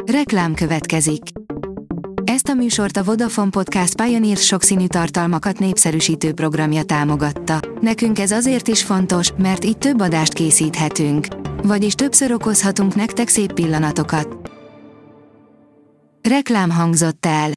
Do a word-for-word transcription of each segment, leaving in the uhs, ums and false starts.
Reklám következik. Ezt a műsort a Vodafone Podcast Pioneer sokszínű tartalmakat népszerűsítő programja támogatta. Nekünk ez azért is fontos, mert így több adást készíthetünk. Vagyis többször okozhatunk nektek szép pillanatokat. Reklám hangzott el.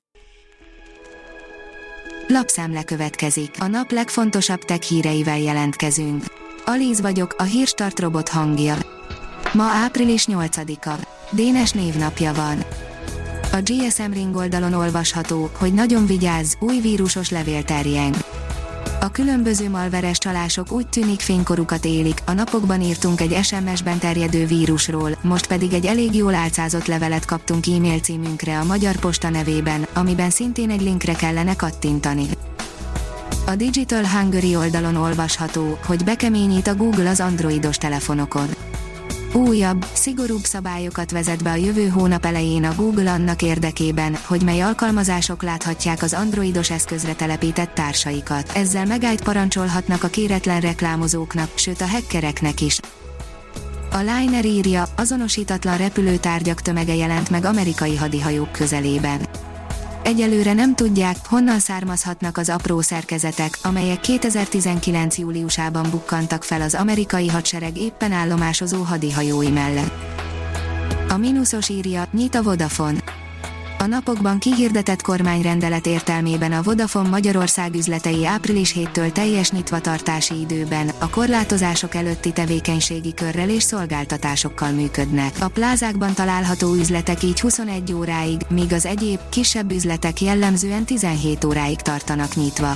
Lapszemle következik. A nap legfontosabb tech híreivel jelentkezünk. Alíz vagyok, a Hírstart robot hangja. Ma április nyolcadika. Dénes névnapja van. A gé es em Ring oldalon olvasható, hogy nagyon vigyázz, új vírusos levél terjeng. A különböző malveres csalások úgy tűnik fénykorukat élik, a napokban írtunk egy es em es-ben terjedő vírusról, most pedig egy elég jól álcázott levelet kaptunk e-mail címünkre a Magyar Posta nevében, amiben szintén egy linkre kellene kattintani. A Digital Hungary oldalon olvasható, hogy bekeményít a Google az androidos telefonokon. Újabb, szigorúbb szabályokat vezet be a jövő hónap elején a Google annak érdekében, hogy mely alkalmazások láthatják az androidos eszközre telepített társaikat. Ezzel megállt parancsolhatnak a kéretlen reklámozóknak, sőt a hackereknek is. A Liner írja, azonosítatlan repülőtárgyak tömege jelent meg amerikai hadihajók közelében. Egyelőre nem tudják, honnan származhatnak az apró szerkezetek, amelyek kétezer-tizenkilenc júliusában bukkantak fel az amerikai hadsereg éppen állomásozó hadihajói mellett. A mínuszos írja, nyit a Vodafone. A napokban kihirdetett kormányrendelet értelmében a Vodafone Magyarország üzletei április héttől teljes nyitvatartási időben, a korlátozások előtti tevékenységi körrel és szolgáltatásokkal működnek. A plázákban található üzletek így huszonegy óráig, míg az egyéb, kisebb üzletek jellemzően tizenhét óráig tartanak nyitva.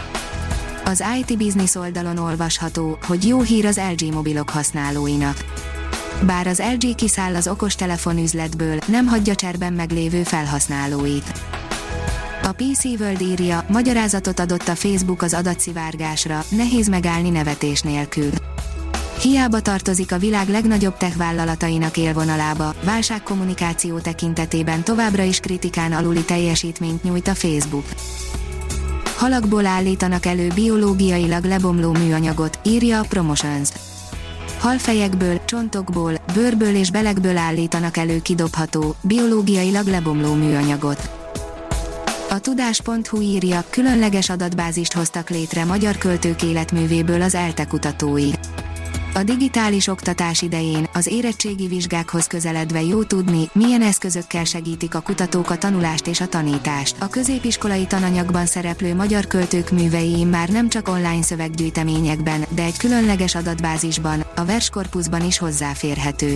Az i té Business oldalon olvasható, hogy jó hír az el gé mobilok használóinak. Bár az el gé kiszáll az okostelefon üzletből, nem hagyja cserben meglévő felhasználóit. A pé cé World írja, magyarázatot adott a Facebook az adatszivárgásra, nehéz megállni nevetés nélkül. Hiába tartozik a világ legnagyobb tech vállalatainak élvonalába, válságkommunikáció tekintetében továbbra is kritikán aluli teljesítményt nyújt a Facebook. Halakból állítanak elő biológiailag lebomló műanyagot, írja a Promotions. Halfejekből, csontokból, bőrből és belegből állítanak elő kidobható, biológiailag lebomló műanyagot. A tudás pont hu írja, különleges adatbázist hoztak létre magyar költők életművéből az ELTE kutatói. A digitális oktatás idején, az érettségi vizsgákhoz közeledve jó tudni, milyen eszközökkel segítik a kutatók a tanulást és a tanítást. A középiskolai tananyagban szereplő magyar költők művei már nem csak online szöveggyűjteményekben, de egy különleges adatbázisban, a verskorpuszban is hozzáférhetők.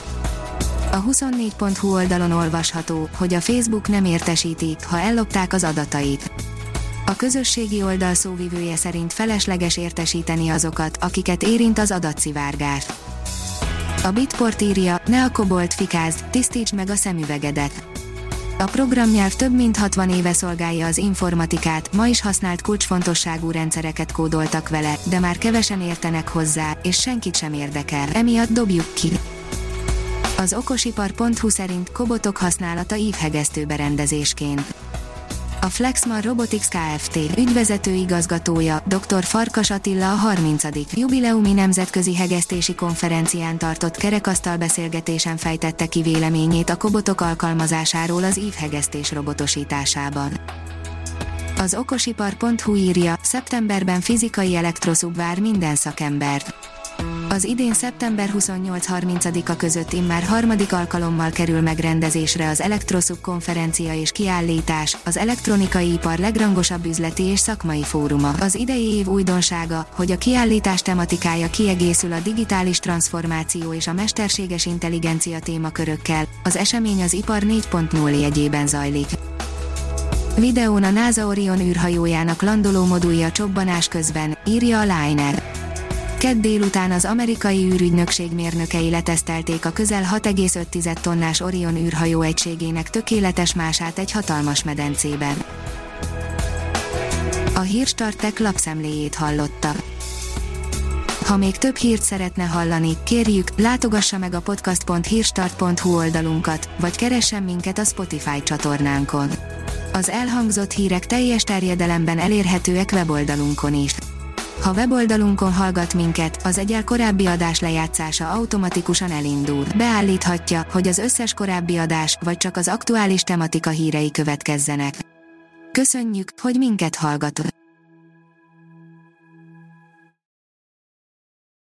A huszonnégy pont hu oldalon olvasható, hogy a Facebook nem értesíti, ha ellopták az adatait. A közösségi oldal szóvivője szerint felesleges értesíteni azokat, akiket érint az adatszivárgás. A Bitport írja, ne a kobolt fikázd, tisztítsd meg a szemüvegedet. A programnyelv több mint hatvan éve szolgálja az informatikát, ma is használt kulcsfontosságú rendszereket kódoltak vele, de már kevesen értenek hozzá, és senkit sem érdekel, emiatt dobjuk ki. Az okosipar pont hu szerint kobotok használata ívhegesztő berendezésként. A Flexmar Robotics Kft. Ügyvezető igazgatója, dr. Farkas Attila a harmincadik jubileumi nemzetközi hegesztési konferencián tartott kerekasztal beszélgetésen fejtette ki véleményét a kobotok alkalmazásáról az ívhegesztés robotosításában. Az okosipar pont hu írja, szeptemberben fizikai elektroszub vár minden szakembert. Az idén szeptember huszonnyolc-harmincadika között immár harmadik alkalommal kerül megrendezésre az Elektroszub konferencia és kiállítás, az elektronikai ipar legrangosabb üzleti és szakmai fóruma. Az idei év újdonsága, hogy a kiállítás tematikája kiegészül a digitális transformáció és a mesterséges intelligencia témakörökkel, az esemény az Ipar négy pont null jegyében zajlik. Videón a NASA Orion űrhajójának landoló modulja csobbanás közben, írja a Liner. Kedd délután az amerikai űrügynökség mérnökei letesztelték a közel hat egész öt tonnás Orion űrhajó egységének tökéletes mását egy hatalmas medencében. A Hírstart Tech lapszemléjét hallotta. Ha még több hírt szeretne hallani, kérjük, látogassa meg a podcast pont hírstart pont hu oldalunkat, vagy keressen minket a Spotify csatornánkon. Az elhangzott hírek teljes terjedelemben elérhetőek weboldalunkon is. Ha weboldalunkon hallgat minket, az egyel korábbi adás lejátszása automatikusan elindul. Beállíthatja, hogy az összes korábbi adás, vagy csak az aktuális tematika hírei következzenek. Köszönjük, hogy minket hallgatod!